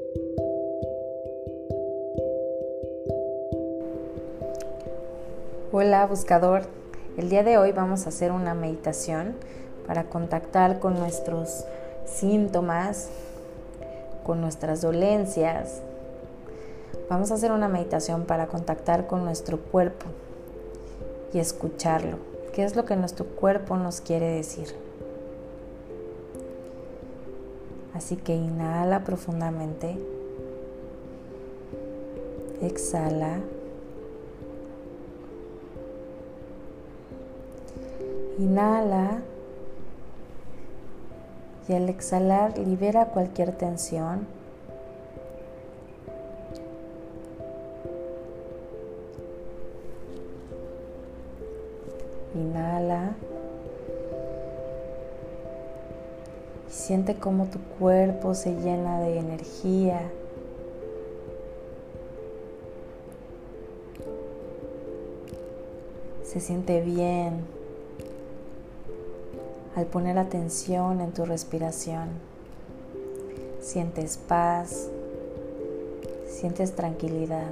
Hola buscador, el día de hoy vamos a hacer una meditación para contactar con nuestros síntomas, con nuestras dolencias. Vamos a hacer una meditación para contactar con nuestro cuerpo y escucharlo. ¿Qué es lo que nuestro cuerpo nos quiere decir? Así que inhala profundamente, exhala. Inhala y al exhalar libera cualquier tensión. Inhala y siente cómo tu cuerpo se llena de energía. Se siente bien al poner atención en tu respiración. Sientes paz, sientes tranquilidad.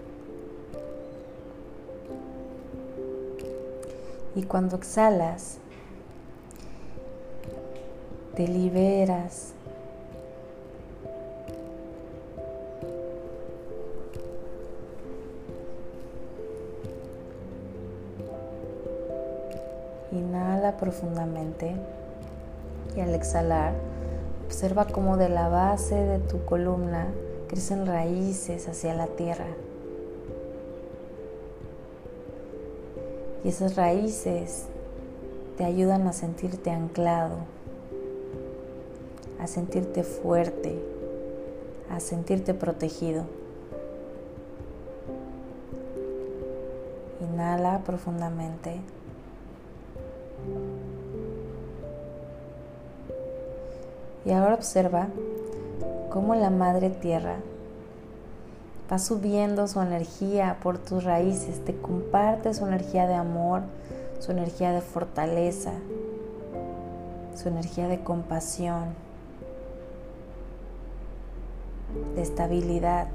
Y cuando exhalas, te liberas. Inhala profundamente y al exhalar, observa cómo de la base de tu columna crecen raíces hacia la tierra. Y esas raíces te ayudan a sentirte anclado, a sentirte fuerte, a sentirte protegido. Inhala profundamente. Y ahora observa cómo la Madre Tierra va subiendo su energía por tus raíces, te comparte su energía de amor, su energía de fortaleza, su energía de compasión, de estabilidad.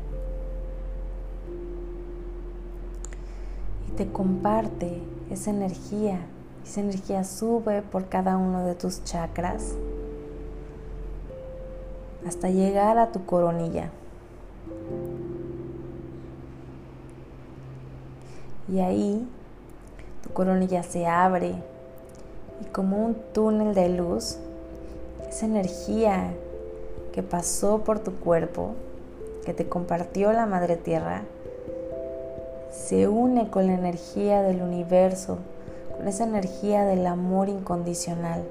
Y te comparte esa energía. Esa energía sube por cada uno de tus chakras hasta llegar a tu coronilla. Y ahí tu coronilla se abre y como un túnel de luz, esa energía que pasó por tu cuerpo, que te compartió la Madre Tierra, se une con la energía del universo, con esa energía del amor incondicional.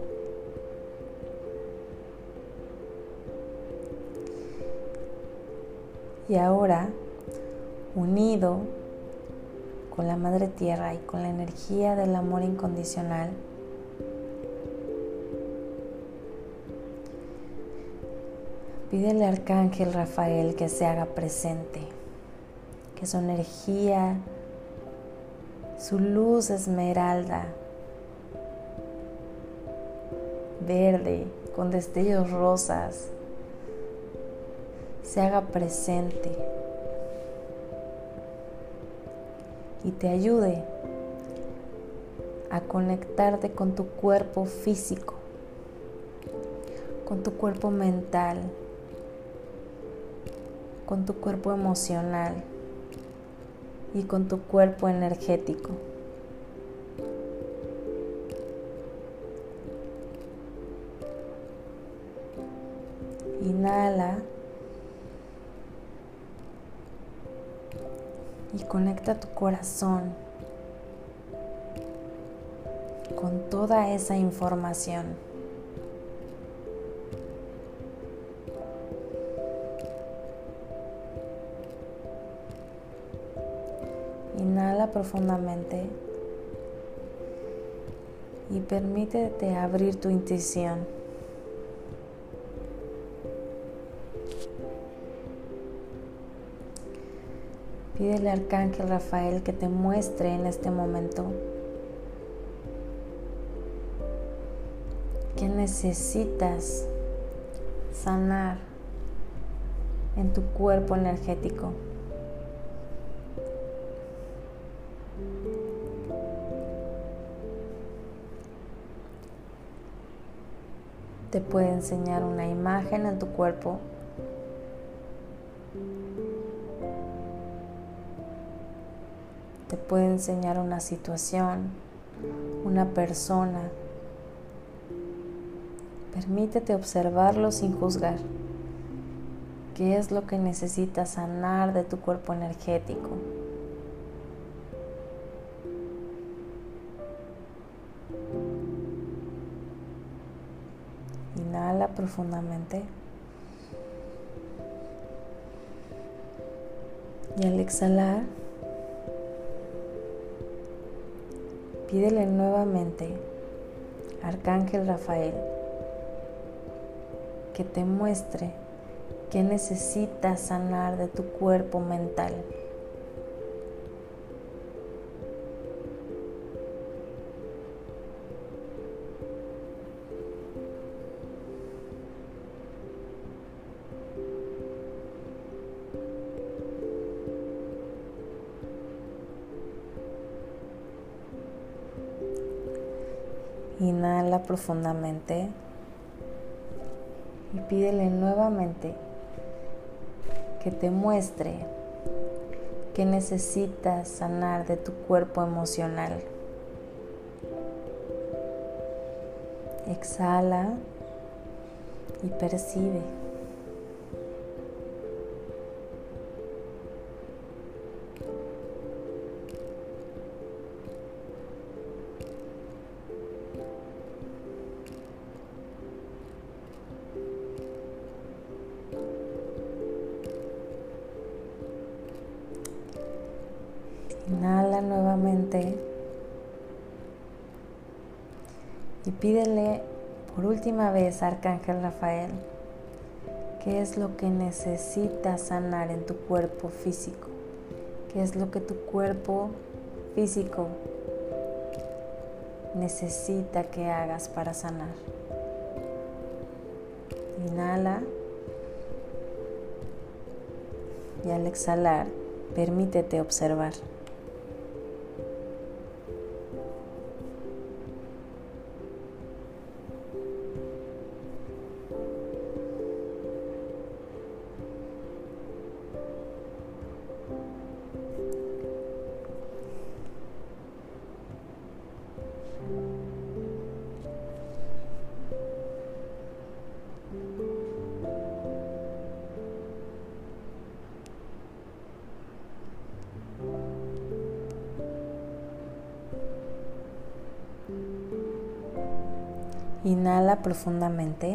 Y ahora, unido con la Madre Tierra y con la energía del amor incondicional, pídele al Arcángel Rafael que se haga presente, que su energía, su luz esmeralda, verde, con destellos rosas, se haga presente y te ayude a conectarte con tu cuerpo físico, con tu cuerpo mental, con tu cuerpo emocional y con tu cuerpo energético. Inhala y conecta tu corazón con toda esa información. Inhala profundamente y permítete abrir tu intuición. Pídele al Arcángel Rafael que te muestre en este momento qué necesitas sanar, en tu cuerpo energético. Te puede enseñar una imagen en tu cuerpo. Te puede enseñar una situación, una persona. Permítete observarlo sin juzgar. ¿Qué es lo que necesitas sanar de tu cuerpo energético? Inhala profundamente. Y al exhalar, pídele nuevamente a Arcángel Rafael que te muestre qué necesitas sanar de tu cuerpo mental. Inhala profundamente y pídele nuevamente que te muestre qué necesitas sanar de tu cuerpo emocional. Exhala y percibe. Inhala nuevamente y pídele por última vez a Arcángel Rafael qué es lo que necesitas sanar en tu cuerpo físico, qué es lo que tu cuerpo físico necesita que hagas para sanar. Inhala y al exhalar, permítete observar. Inhala profundamente.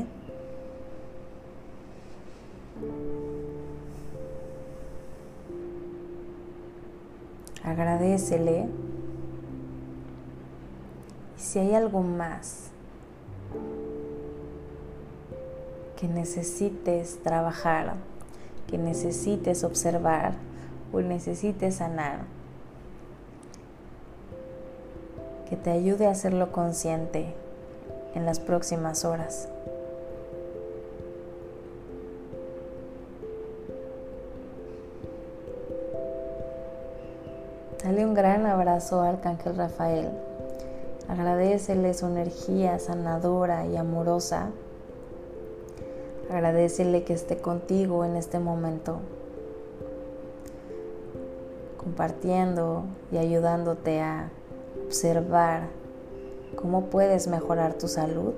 Agradécele. Y si hay algo más que necesites trabajar, que necesites observar o necesites sanar, que te ayude a hacerlo consciente en las próximas horas. Dale un gran abrazo a Arcángel Rafael. Agradécele su energía sanadora y amorosa. Agradécele que esté contigo en este momento, compartiendo y ayudándote a observar cómo puedes mejorar tu salud.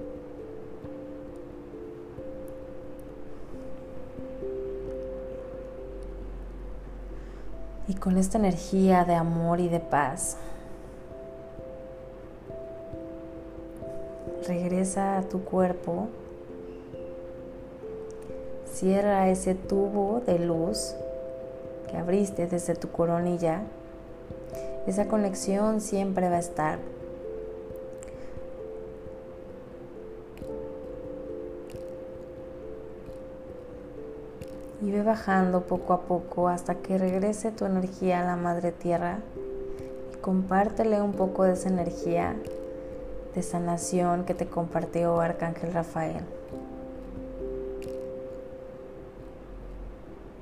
Y con esta energía de amor y de paz, regresa a tu cuerpo, cierra ese tubo de luz que abriste desde tu coronilla. Esa conexión siempre va a estar. Y ve bajando poco a poco hasta que regrese tu energía a la Madre Tierra y compártele un poco de esa energía de sanación que te compartió Arcángel Rafael.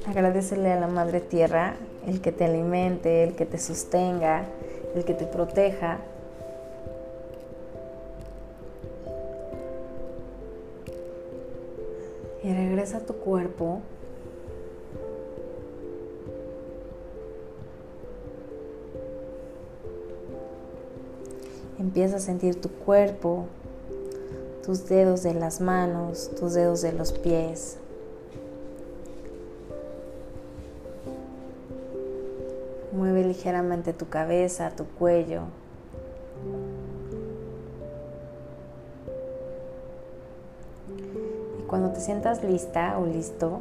Agradécele a la Madre Tierra el que te alimente, el que te sostenga, el que te proteja. Y regresa a tu cuerpo. Empieza a sentir tu cuerpo, tus dedos de las manos, tus dedos de los pies. Mueve ligeramente tu cabeza, tu cuello. Y cuando te sientas lista o listo,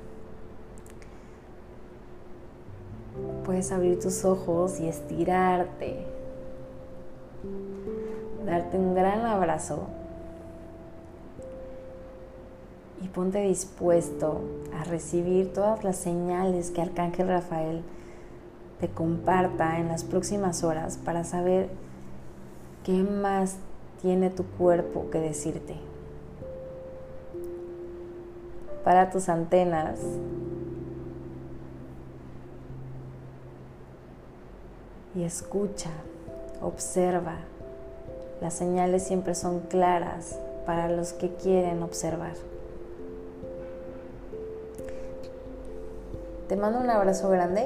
puedes abrir tus ojos y estirarte. Darte un gran abrazo. Y ponte dispuesto a recibir todas las señales que Arcángel Rafael te comparta en las próximas horas para saber qué más tiene tu cuerpo que decirte. Para tus antenas y escucha, observa. Las señales siempre son claras para los que quieren observar. Te mando un abrazo grande.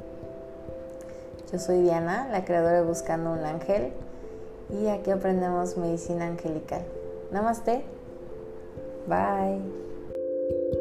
Yo soy Diana, la creadora de Buscando un Ángel, y aquí aprendemos medicina angelical. Namaste. Bye.